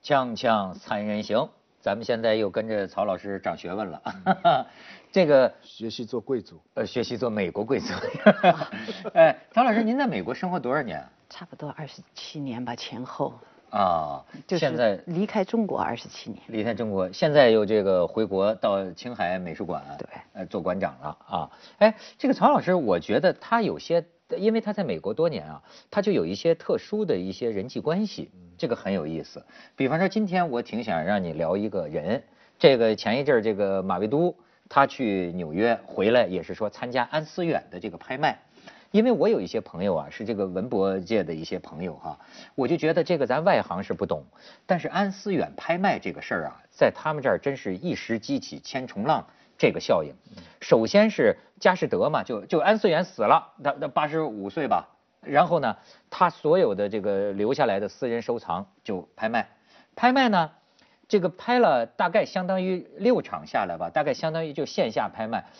锵锵三人行，咱们现在又跟着曹老师长学问了。这个学习做贵族， 学习做美国贵族。曹老师，您在美国生活多少年？ 差不多27年吧，前后。 啊， 现在离开中国27年。 离开中国，现在又这个回国到青海美术馆， 对， 做馆长了啊。哎，这个曹老师，我觉得他有些，因为他在美国多年啊，他就有一些特殊的一些人际关系，这个很有意思。比方说，今天我挺想让你聊一个人，这个前一阵这个马未都他去纽约回来也是说参加安思远的这个拍卖。因为我有一些朋友啊，是这个文博界的一些朋友哈，我就觉得这个咱外行是不懂，但是安思远拍卖这个事儿啊，在他们这儿真是一石激起千重浪这个效应。首先是佳士得嘛，就安思远死了，他85岁吧，然后呢，他所有的这个留下来的私人收藏就拍卖，拍卖呢。这个拍了大概相当于6场下来吧，大概相当于就线下拍卖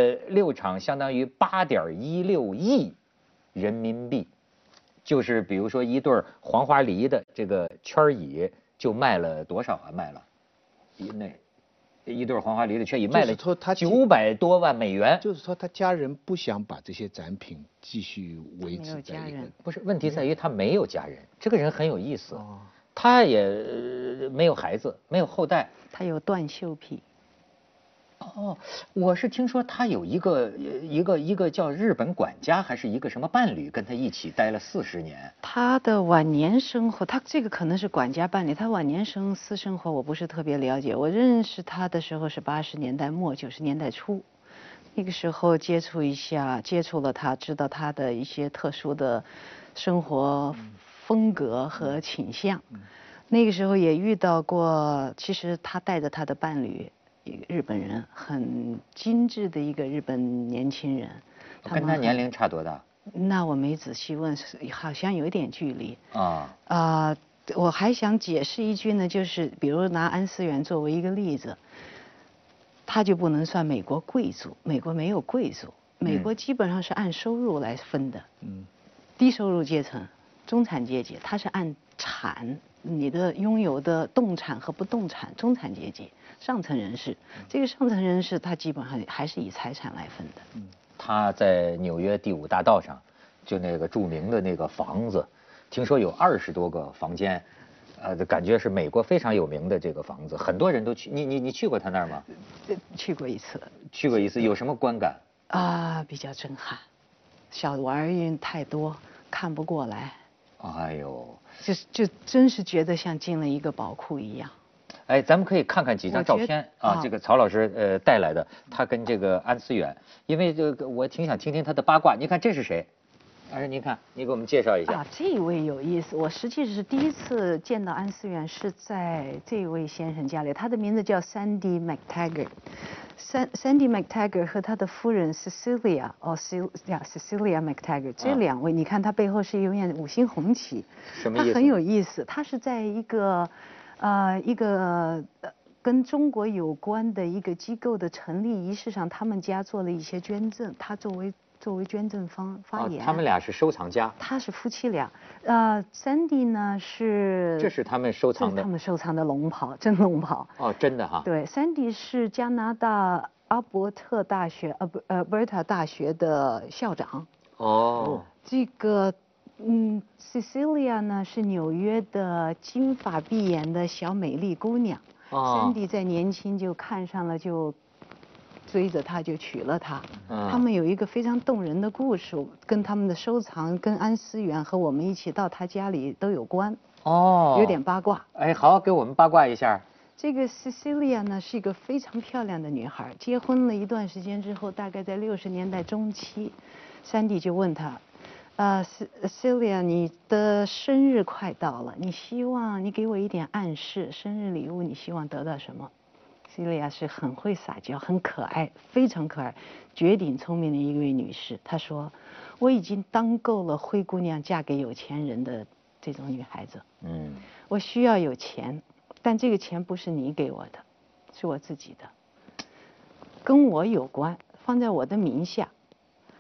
，6场相当于8.16亿人民币，就是比如说一对黄花梨的这个圈椅就卖了多少啊？卖了一对黄花梨的圈椅卖了900多万美元。 就是说他家人不想把这些展品继续维持在一个。 不是，问题在于他没有家人，这个人很有意思。他也没有孩子，没有后代。 他有断袖癖。 哦，我是听说他有一个叫日本管家，还是一个什么伴侣，跟他一起待了40年。 他的晚年生活，他这个可能是管家伴侣，他晚年私生活我不是特别了解。我认识他的时候是80年代末90年代初，那个时候接触了他，知道他的一些特殊的生活风格和倾向。那个时候也遇到过，其实他带着他的伴侣，一个日本人，很精致的一个日本年轻人。 跟他年龄差多大？ 那我没仔细问，好像有一点距离。 啊。 我还想解释一句呢，就是比如拿安思远作为一个例子，他就不能算美国贵族，美国没有贵族，美国基本上是按收入来分的。低收入阶层。中产阶级，它是按产，你的拥有的动产和不动产，中产阶级，上层人士。这个上层人士，他基本上还是以财产来分的。 他在纽约第5大道上，就那个著名的那个房子，听说有20多个房间，感觉是美国非常有名的这个房子，很多人都去。你去过他那儿吗？ 去过一次。 去过一次，有什么观感？ 比较震撼，小玩意太多，看不过来。 哎呦， 就真是觉得像进了一个宝库一样。 哎，咱们可以看看几张照片啊，这个曹老师带来的，他跟这个安思远，因为这个我挺想听听他的八卦。你看这是谁？您看，你给我们介绍一下。 这一位有意思，我实际是第一次见到安思远是在这位先生家里，他的名字叫 Sandy McTaggart。Sandy McTaggart 和他的夫人 Cecilia McTaggart 这2位，你看他背后是一面5星红旗， 什么意思？ 他很有意思，他是在一个跟中国有关的一个机构的成立仪式上，他们家做了一些捐赠，他作为捐赠方发言。 他们俩是收藏家。 他是夫妻俩。Sandy 呢是。 这是他们收藏的。 他们收藏的龙袍，真龙袍。 真的哈。 对 ，Sandy 是加拿大阿伯特大学Alberta 大学的校长。这个Cecilia 呢是纽约的金发碧眼的小美丽姑娘。Sandy 在年轻就看上了，就追着他就娶了她。他们有一个非常动人的故事，跟他们的收藏跟安思远和我们一起到他家里都有关。有点八卦。 哎，好，给我们八卦一下。 这个 Cecilia 呢是一个非常漂亮的女孩，结婚了一段时间之后，大概在60年代中期，Sandy 就问她，Cecilia， 你的生日快到了，希望你给我一点暗示，生日礼物你希望得到什么？Cecilia 是很会撒娇，很可爱，非常可爱，绝顶聪明的一位女士。她说，我已经当够了灰姑娘嫁给有钱人的这种女孩子。我需要有钱，但这个钱不是你给我的，是我自己的，跟我有关，放在我的名下。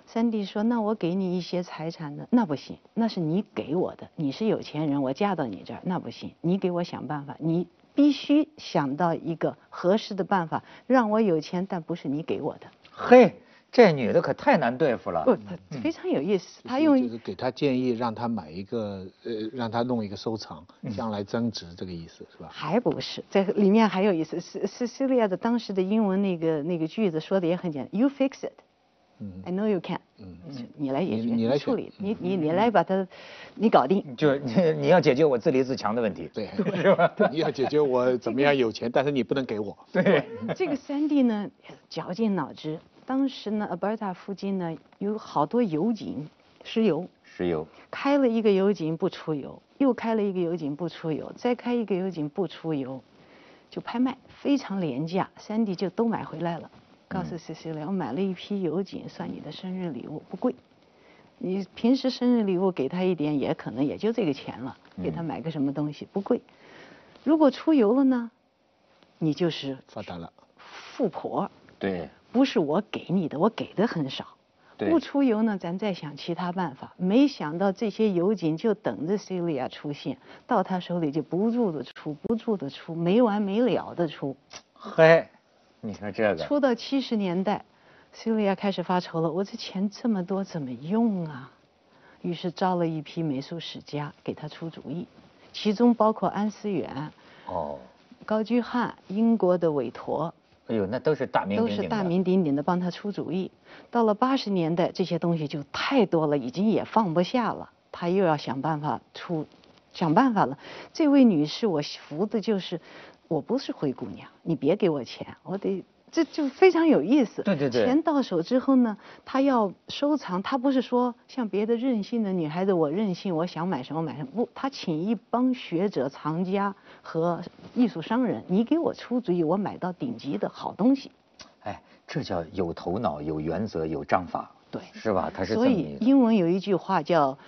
Sandy 说：“那我给你一些财产的，那不行，那是你给我的，你是有钱人，我嫁到你这儿，那不行，你给我想办法，你必须想到一个合适的办法，让我有钱，但不是你给我的。” 嘿，这女的可太难对付了。 不，她非常有意思，她就是给他建议，让他买一个让他弄一个收藏，将来增值，这个意思是吧？ 还不是，在里面还有意思。Cecilia 的当时的英文那个句子说的也很简单 ，You fix it。I know you can。你来解决， 你来处理，你来把它，你搞定。 就是你要解决我自立自强的问题， 对， 是吧？ 你要解决我怎么样有钱，但是你不能给我。 对。 这个Sandy呢，绞尽脑汁。当时呢，Alberta 附近呢有好多油井，石油。开了一个油井不出油，又开了一个油井不出油，再开一个油井不出油，就拍卖，非常廉价。Sandy 就都买回来了。告诉 Cecilia，我买了一批油井，算你的生日礼物，不贵。你平时生日礼物给他一点，也可能也就这个钱了，给他买个什么东西，不贵。如果出油了呢，你就是发达了， 富婆。 对， 不是我给你的，我给的很少。不出油呢，咱再想其他办法。没想到这些油井就等着 Celia 出现，到他手里就不住的出，没完没了的出。 嘿。你说这个， 出到70年代 ，Celia 开始发愁了，我这钱这么多怎么用啊？于是招了一批美术史家给他出主意，其中包括安思远、高居翰、英国的韦陀。 哎呦，那都是大名鼎鼎的帮他出主意。到了80年代，这些东西就太多了，已经也放不下了，他又要想办法了。这位女士，我服的就是。我不是灰姑娘，你别给我钱，这就非常有意思。 对。 钱到手之后呢，她要收藏，她不是说像别的任性的女孩子，我任性，我想买什么买什么。不，她请一帮学者、藏家和艺术商人，你给我出主意，我买到顶级的好东西。 哎，这叫有头脑、有原则、有章法。 对， 是吧？他是所以英文有一句话叫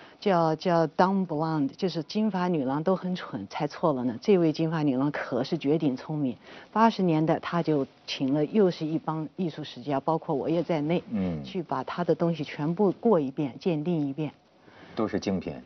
dumb blonde， 就是金发女郎都很蠢才错了呢。这位金发女郎可是绝顶聪明。80年代她就请了又是一帮艺术史家，包括我也在内，去把她的东西全部过一遍，鉴定一遍。 都是精品。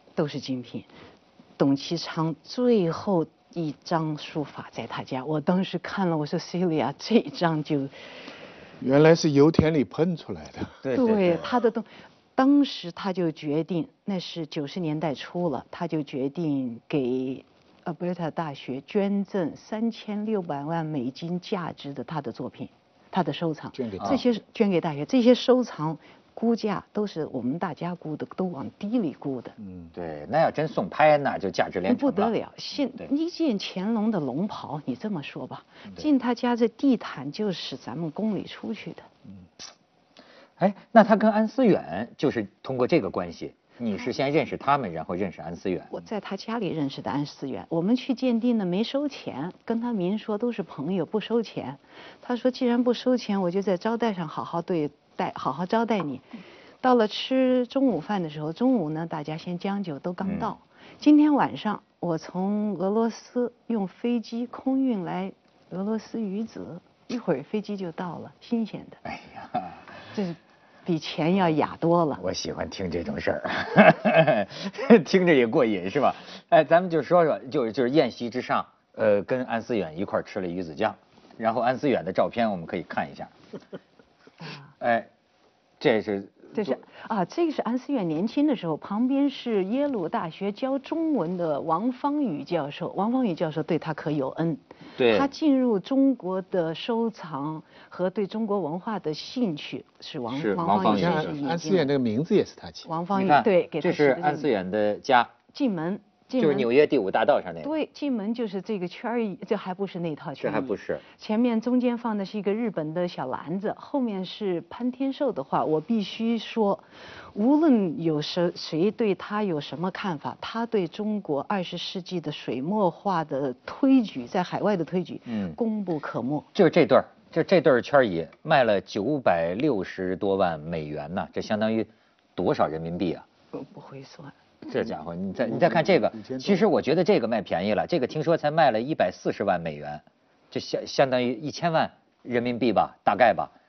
董其昌最后一张书法在他家，我当时看了，我说 Celia 这张就。 原来是油田里喷出来的。 对，他的当时他就决定，那是90年代初了，他就决定给Alberta 大学捐赠3600万美金价值的他的作品，他的收藏，捐给大学，这些收藏估价都是我们大家估的，都往低里估的。 对，那要真送拍，那就价值连城了。 不得了，一件乾隆的龙袍，你这么说吧，进他家这地毯就是咱们宫里出去的。 哎，那他跟安思远就是通过这个关系，你是先认识他们，然后认识安思远。 我在他家里认识的安思远，我们去鉴定呢，没收钱，跟他明说都是朋友，不收钱。他说既然不收钱，我就在招待上好好招待你。到了吃中午饭的时候，中午呢大家先将就，都刚到。今天晚上我从俄罗斯用飞机空运来俄罗斯鱼子，一会儿飞机就到了，新鲜的。哎呀，这比钱要雅多了。 我喜欢听这种事儿，听着也过瘾，是吧？哎，咱们就说说，就是宴席之上，跟安思远一块吃了鱼子酱，然后安思远的照片我们可以看一下。哎，这是这个是安思远年轻的时候，旁边是耶鲁大学教中文的王方宇教授。王方宇教授对他可有恩， 对， 他进入中国的收藏和对中国文化的兴趣是王方宇先生。 安思远这个名字也是他起。 王方宇对，给他这是安思远的家。 进门。 就是纽约第5大道上那个。 对，进门就是这个圈儿，这还不是那套圈。 这还不是。 前面中间放的是一个日本的小篮子，后面是潘天寿的画。我必须说，无论有谁对他有什么看法，他对中国20世纪的水墨画的推举，在海外的推举，功不可没。 就是这对圈椅卖了960多万美元呢，这相当于多少人民币啊？ 不会算。 这家伙，你再看这个，其实我觉得这个卖便宜了，这个听说才卖了140万美元，就相当于1000万人民币吧，大概吧。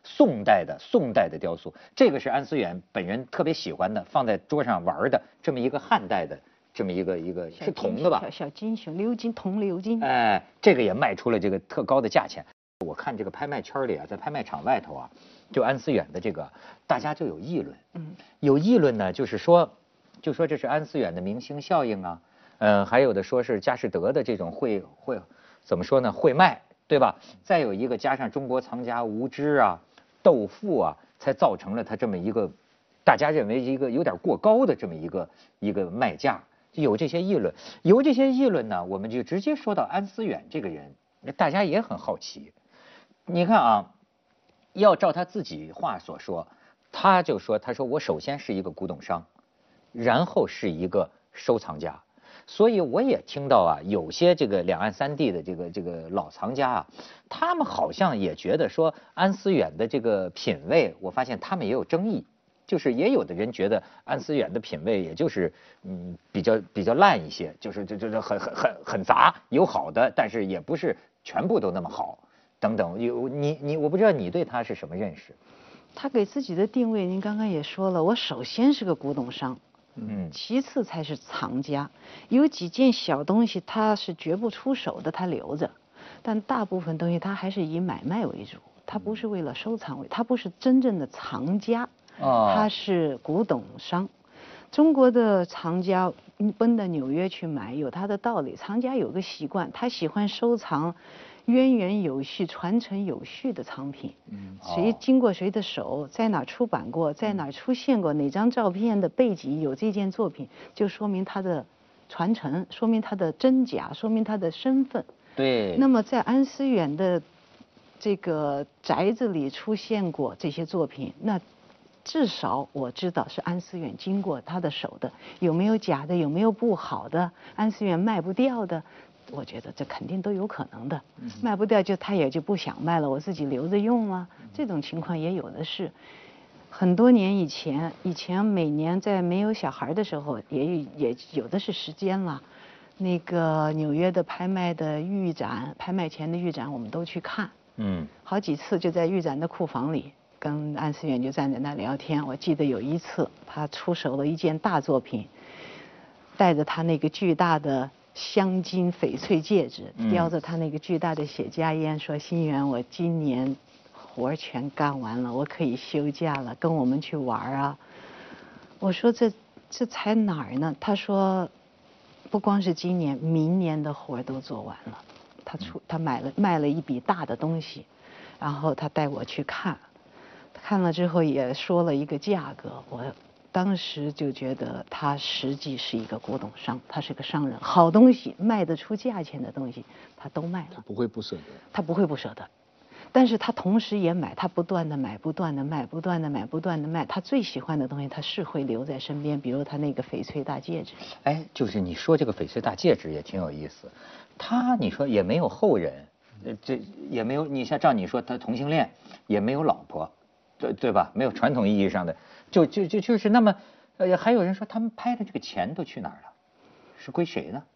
宋代的雕塑，这个是安思远本人特别喜欢的，放在桌上玩的这么一个汉代的这么一个是铜的吧？ 小金熊，鎏金铜鎏金。 哎，这个也卖出了这个特高的价钱。我看这个拍卖圈里啊，在拍卖场外头啊，就安思远的这个，大家就有议论。有议论呢，就是说这是安思远的明星效应啊。还有的说是佳士得的这种会怎么说呢？会卖，对吧？再有一个加上中国藏家吴芝啊、窦馥啊，才造成了他这么一个大家认为一个有点过高的这么一个卖价。有这些议论，由这些议论呢，我们就直接说到安思远这个人，大家也很好奇。你看啊，要照他自己话所说，他说我首先是一个古董商，然后是一个收藏家。所以我也听到啊，有些这个两岸三地的这个老藏家啊，他们好像也觉得说安思远的这个品味，我发现他们也有争议，就是也有的人觉得安思远的品味也就是比较烂一些，就是很杂，有好的，但是也不是全部都那么好，等等。我不知道你对他是什么认识？ 他给自己的定位，您刚刚也说了，我首先是个古董商。其次才是藏家，有几件小东西他是绝不出手的，他留着，但大部分东西他还是以买卖为主，他不是为了收藏他不是真正的藏家，他是古董商。中国的藏家奔到纽约去买有他的道理，藏家有个习惯，他喜欢收藏渊源有序、传承有序的藏品，谁经过谁的手，在哪出版过，在哪出现过，哪张照片的背景有这件作品，就说明它的传承，说明它的真假，说明它的身份。 对。 那么在安思远的这个宅子里出现过这些作品，那至少我知道是安思远经过他的手的，有没有假的，有没有不好的，安思远卖不掉的。我觉得这肯定都有可能的，卖不掉他也就不想卖了，我自己留着用啊，这种情况也有的是。很多年以前每年在没有小孩的时候，也有的是时间了。那个纽约的拍卖的预展，拍卖前的预展我们都去看，好几次就在预展的库房里，跟安思远就站在那聊天。我记得有一次他出手了一件大作品，带着他那个巨大的镶金翡翠戒指，叼着他那个巨大的雪茄烟，说：“心远，我今年活全干完了，我可以休假了，跟我们去玩啊。”我说这才哪儿呢？他说，不光是今年，明年的活都做完了。他卖了一笔大的东西，然后他带我去看，看了之后也说了一个价格，我当时就觉得他实际是一个古董商，他是个商人，好东西卖得出价钱的东西他都卖了， 他不会不舍得， 他不会不舍得，但是他同时也买，他不断的买，不断的卖，不断的买，不断的卖，他最喜欢的东西他是会留在身边，比如他那个翡翠大戒指。 哎，就是你说这个翡翠大戒指也挺有意思，你说也没有后人，这也没有，你像照你说他同性恋，也没有老婆，对吧？没有传统意义上的。就是那么，还有人说他们拍的这个钱都去哪儿了？是归谁呢？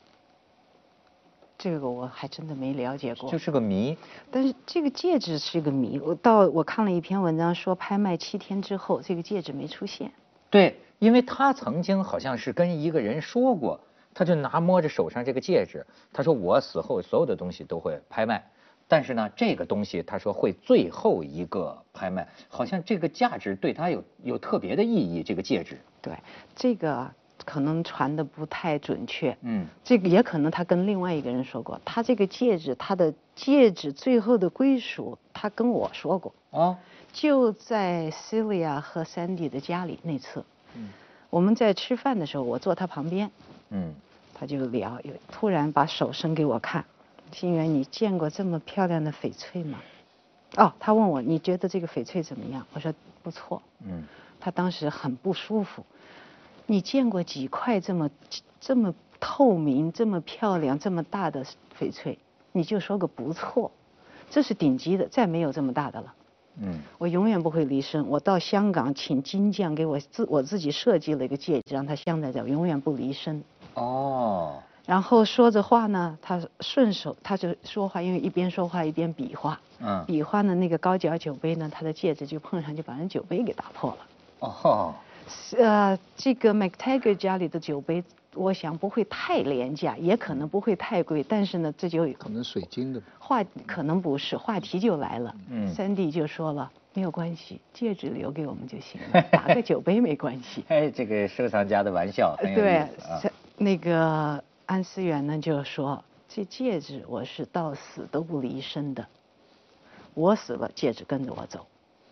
这个我还真的没了解过， 就是个谜。 但是这个戒指是个谜，我看了一篇文章说，拍卖7天之后，这个戒指没出现。 对，因为他曾经好像是跟一个人说过，他就摸着手上这个戒指，他说我死后所有的东西都会拍卖。但是呢，这个东西他说会最后一个拍卖，好像这个价值对他有特别的意义。这个戒指， 对，这个可能传的不太准确。这个也可能他跟另外一个人说过，他这个戒指，他的戒指最后的归属，他跟我说过。就在 Celia 和 Sandy 的家里那次，我们在吃饭的时候，我坐他旁边，他就聊，突然把手伸给我看。心远，你见过这么漂亮的翡翠吗？他问我你觉得这个翡翠怎么样？我说不错。他当时很不舒服。你见过几块这么透明、这么漂亮、这么大的翡翠？你就说个不错，这是顶级的，再没有这么大的了。我永远不会离身。我到香港请金匠给我自己设计了一个戒指，让它镶在这，永远不离身。 然后说着话呢，他顺手他就说话，因为一边说话一边比划，比划呢那个高脚酒杯呢，他的戒指就碰上，就把人酒杯给打破了。 哦， 这个 McTaggart 家里的酒杯，我想不会太廉价，也可能不会太贵，但是呢，这就可能水晶的。 可能不是，话题就来了。Sandy 就说了，没有关系，戒指留给我们就行了，打个酒杯没关系。 哎，这个收藏家的玩笑很有意思啊。 对，那个安思远呢就说，这戒指我是到死都不离身的，我死了戒指跟着我走。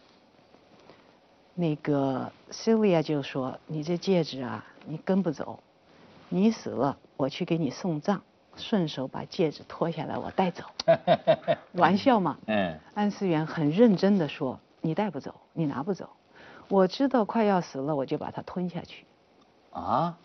那个 Sylvia 就说，你这戒指啊，你跟不走，你死了我去给你送葬，顺手把戒指脱下来我带走。玩笑嘛。安思远很认真的说，你带不走，你拿不走，我知道快要死了，我就把它吞下去。啊？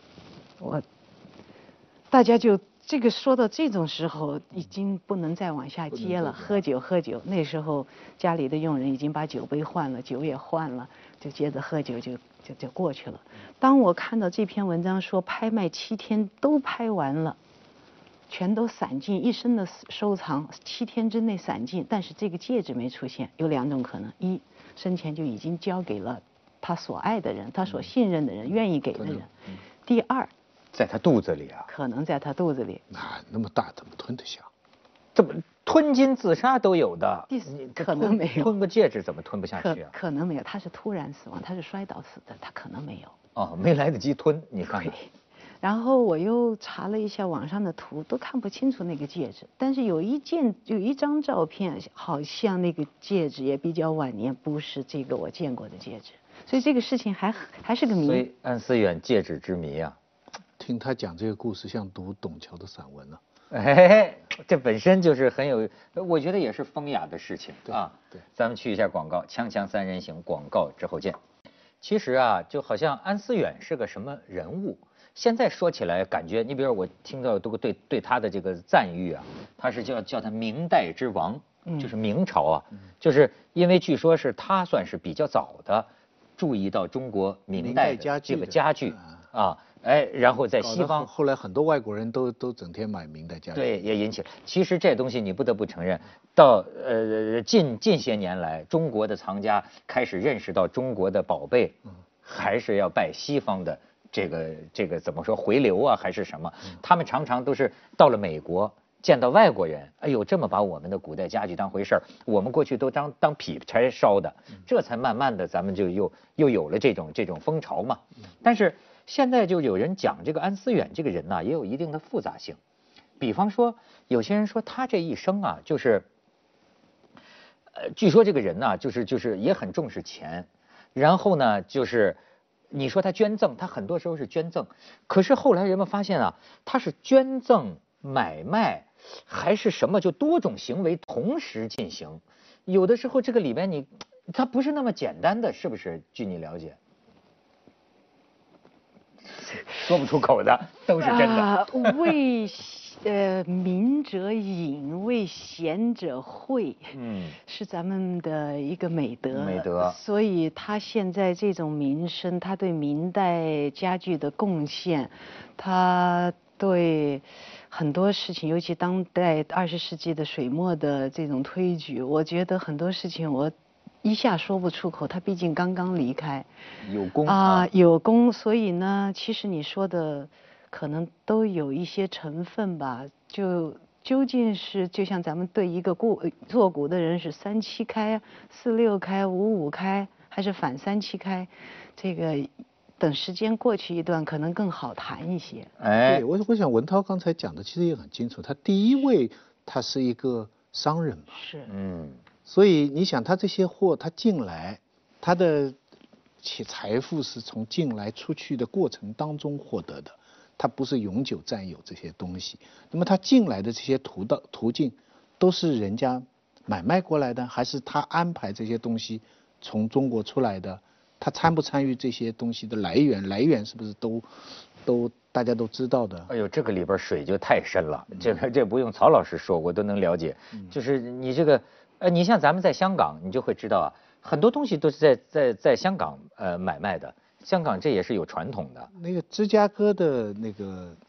大家就这个说到这种时候，已经不能再往下接了。喝酒，那时候家里的佣人已经把酒杯换了，酒也换了，就接着喝酒就过去了。当我看到这篇文章说拍卖7天都拍完了，全都散尽，一生的收藏7天之内散尽，但是这个戒指没出现，有2种可能：一，生前就已经交给了他所爱的人，他所信任的人，愿意给的人；第二， 在他肚子里啊， 可能在他肚子里。 那么大怎么吞得下？ 这么吞金自杀都有的， 可能没有。 吞个戒指怎么吞不下去啊？ 可能没有，他是突然死亡，他是摔倒死的，他可能没有。 哦，没来得及吞，你看看。 然后我又查了一下网上的图，都看不清楚那个戒指，但是有一张照片，好像那个戒指也比较晚年，不是这个我见过的戒指，所以这个事情还是个谜。 所以安思远戒指之谜啊。 听他讲这个故事，像读董桥的散文了。 哎，这本身就是很有，我觉得也是风雅的事情啊。 对， 咱们去一下广告，锵锵三人行，广告之后见。其实啊，就好像安思远是个什么人物，现在说起来感觉，你比如我听到都对他的这个赞誉啊，他是叫他明代之王，就是明朝啊，就是因为据说是他算是比较早的注意到中国明代的这个家具啊。哎，然后在西方， 后来很多外国人都整天买明代家具， 对，也引起了。其实这东西你不得不承认，到近些年来，中国的藏家开始认识到中国的宝贝，还是要拜西方的这个怎么说回流啊，还是什么？他们常常都是到了美国见到外国人，哎呦，这么把我们的古代家具当回事儿，我们过去都当劈柴烧的，这才慢慢的咱们就又有了这种风潮嘛。但是现在就有人讲这个安思远这个人呢，也有一定的复杂性。比方说，有些人说他这一生啊，就是据说这个人呢，就是也很重视钱，然后呢，就是你说他捐赠，他很多时候是捐赠，可是后来人们发现啊，他是捐赠、买卖还是什么，就多种行为同时进行，有的时候这个里面他不是那么简单的，是不是？据你了解？说不出口的都是真的。 为民者隐，为贤者惠，是咱们的一个美德。所以他现在这种名声，他对明代家具的贡献，他对很多事情，尤其当代20世纪的水墨的这种推举，我觉得很多事情我一下说不出口，他毕竟刚刚离开， 有功有功，所以呢，其实你说的可能都有一些成分吧。究竟是就像咱们对一个做股的人是3-7开、4-6开、5-5开，还是反3-7开，这个等时间过去一段，可能更好谈一些。 对，我想文涛刚才讲的其实也很清楚，他第一位他是一个商人嘛， 是， 所以你想他这些货他进来，他的财富是从进来出去的过程当中获得的，他不是永久占有这些东西。那么他进来的这些途径都是人家买卖过来的，还是他安排这些东西从中国出来的？他参不参与这些东西的来源是不是都大家都知道的？ 哎呦，这个里边水就太深了，这不用曹老师说，我都能了解。就是你这个，你像咱们在香港，你就会知道啊，很多东西都是在香港买卖的，香港这也是有传统的。 那个芝加哥的那个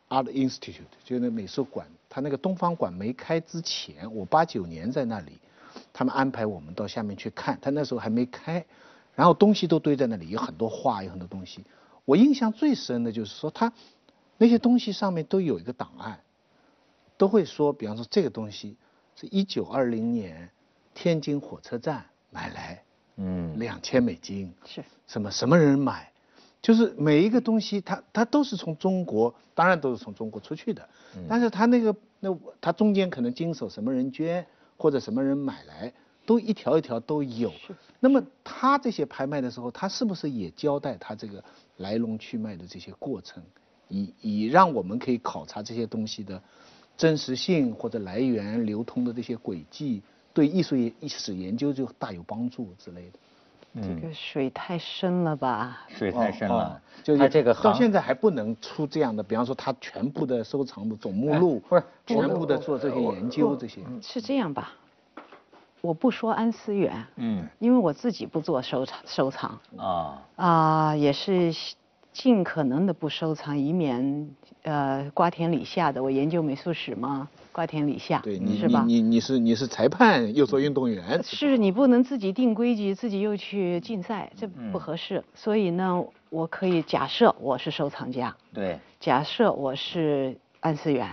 Art Institute， 就那美术馆，他那个东方馆没开之前，我89年在那里，他们安排我们到下面去看，他那时候还没开，然后东西都堆在那里，有很多画，有很多东西。我印象最深的就是说，他那些东西上面都有一个档案，都会说，比方说这个东西是1920年天津火车站买来，$2000， 是什么人买，就是每一个东西它都是从中国，当然都是从中国出去的，但是它中间可能经手什么人捐或者什么人买来，都一条一条都有。那么他这些拍卖的时候，他是不是也交代他这个来龙去脉的这些过程，以让我们可以考察这些东西的真实性或者来源、流通的这些轨迹，对艺术史研究就大有帮助之类的。 这个水太深了吧？ 水太深了， 就他这个到现在还不能出这样的，比方说他全部的收藏的总目录， 不是全部的做这些研究这些。 是这样吧？我不说安思远，因为我自己不做收藏也是尽可能的不收藏，以免瓜田李下的。我研究美术史嘛，瓜田李下， 对， 是吧？ 你是裁判又做运动员， 是你不能自己定规矩，自己又去竞赛，这不合适。所以呢，我可以假设我是收藏家， 对， 假设我是安思远，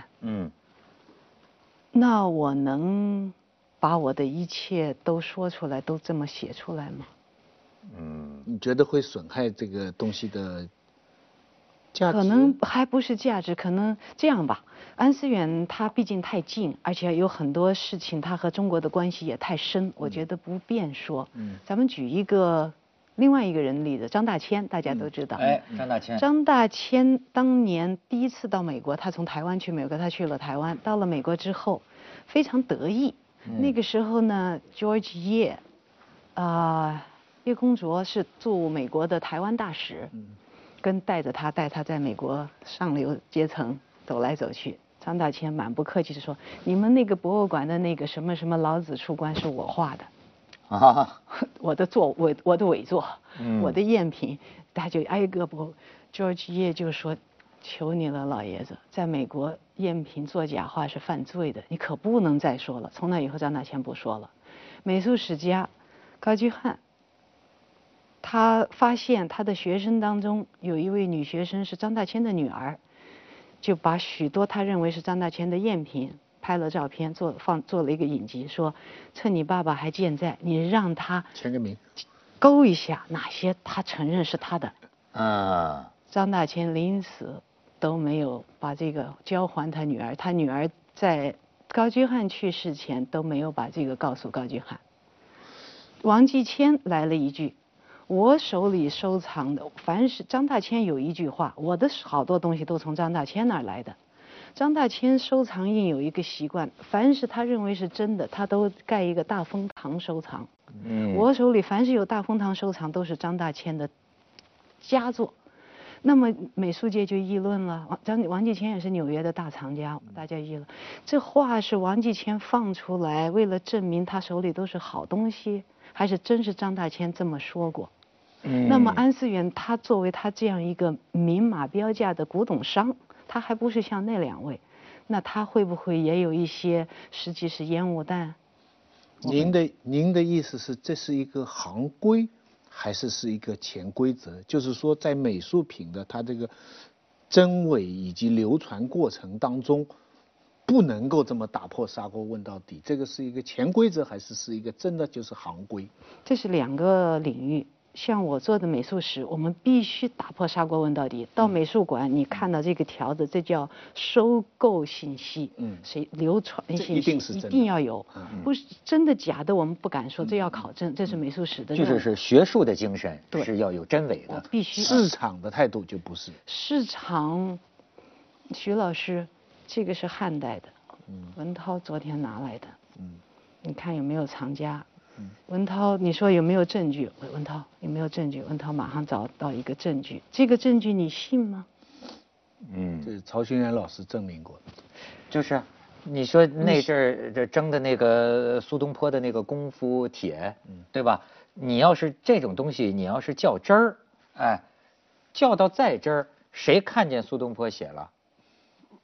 那我能把我的一切都说出来，都这么写出来吗？ 你觉得会损害这个东西的价值？ 可能还不是价值，可能这样吧。安思远他毕竟太近，而且有很多事情他和中国的关系也太深，我觉得不便说。咱们举另外一个人例子，张大千，大家都知道。张大千当年第一次到美国，他从台湾去美国，他去了台湾，到了美国之后，非常得意。那个时候呢 ，George Ye， 叶公卓是驻美国的台湾大使，带他在美国上流阶层走来走去。张大千满不客气地说：“你们那个博物馆的那个什么什么老子出关是我画的。”我的伪作，我的赝品，他就挨个播。George Ye 就说：“求你了，老爷子，在美国赝品做假画是犯罪的，你可不能再说了。”从那以后，张大千不说了。美术史家高居翰，他发现他的学生当中有一位女学生是张大千的女儿，就把许多他认为是张大千的赝品拍了照片，做了一个影集，说趁你爸爸还健在，你让他签个名， 勾一下哪些他承认是他的。张大千临死都没有把这个交还他女儿，他女儿在高居翰去世前都没有把这个告诉高居翰。王继谦来了一句：“我手里收藏的，凡是张大千有一句话，我的好多东西都从张大千那儿来的。”张大千收藏印有一个习惯，凡是他认为是真的，他都盖一个大风堂收藏。我手里凡是有大风堂收藏，都是张大千的佳作。那么美术界就议论了，王继谦也是纽约的大藏家，大家议论，这画是王继谦放出来，为了证明他手里都是好东西，还是真是张大千这么说过？那么安思远他作为他这样一个明码标价的古董商，他还不是像那两位，那他会不会也有一些实际是烟雾弹？ 您的意思是这是一个行规，还是一个潜规则？就是说，在美术品的它这个真伪以及流传过程当中，不能够这么打破砂锅问到底。这个是一个潜规则，还是一个真的就是行规？ 这是两个领域。像我做的美术史，我们必须打破砂锅问到底。到美术馆，你看到这个条子，这叫收购信息，谁流传信息一定要有，不是真的假的，我们不敢说，这要考证，这是美术史的。 就是学术的精神是要有真伪的， 必须。 市场的态度就不是。 市场，徐老师，这个是汉代的，文涛昨天拿来的，你看有没有藏家？文涛，你说有没有证据？文涛有没有证据？文涛马上找到一个证据，这个证据你信吗？ 这是曹勋元老师证明过的。 就是你说那阵儿这争的那个苏东坡的那个功夫帖，对吧？你要是这种东西，你要是较真儿，较到再真儿，谁看见苏东坡写了？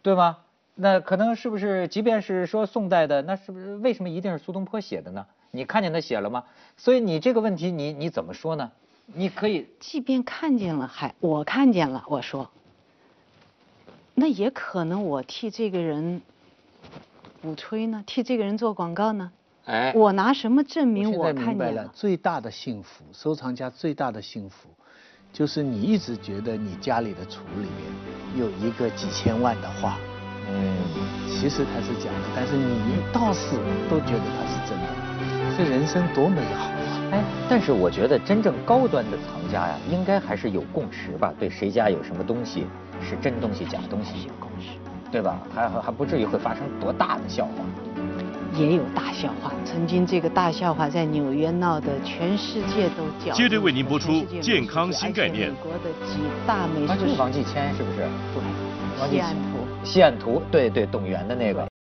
对吗？那可能是不是，即便是说宋代的，那是不是为什么一定是苏东坡写的呢？你看见他写了吗？所以你这个问题你怎么说呢？你可以， 即便看见了，我看见了，我说，那也可能我替这个人鼓吹呢，替这个人做广告呢。 哎， 我拿什么证明我现在明白了？ 看见了？ 最大的幸福，收藏家最大的幸福，就是你一直觉得你家里的橱里面有一个几千万的画，其实它是假的，但是你到死都觉得它是真的，这人生多美好啊！ 哎，但是我觉得真正高端的藏家呀，应该还是有共识吧？对谁家有什么东西是真东西假东西， 有共识， 对吧？还不至于会发生多大的笑话。 也有大笑话，曾经这个大笑话在纽约闹得全世界都叫。 接着为您播出健康新概念。 美国的几大美术啊，这是王继谦是不是？ 对， 王继西岸图。 西岸图，对对，董源的那个。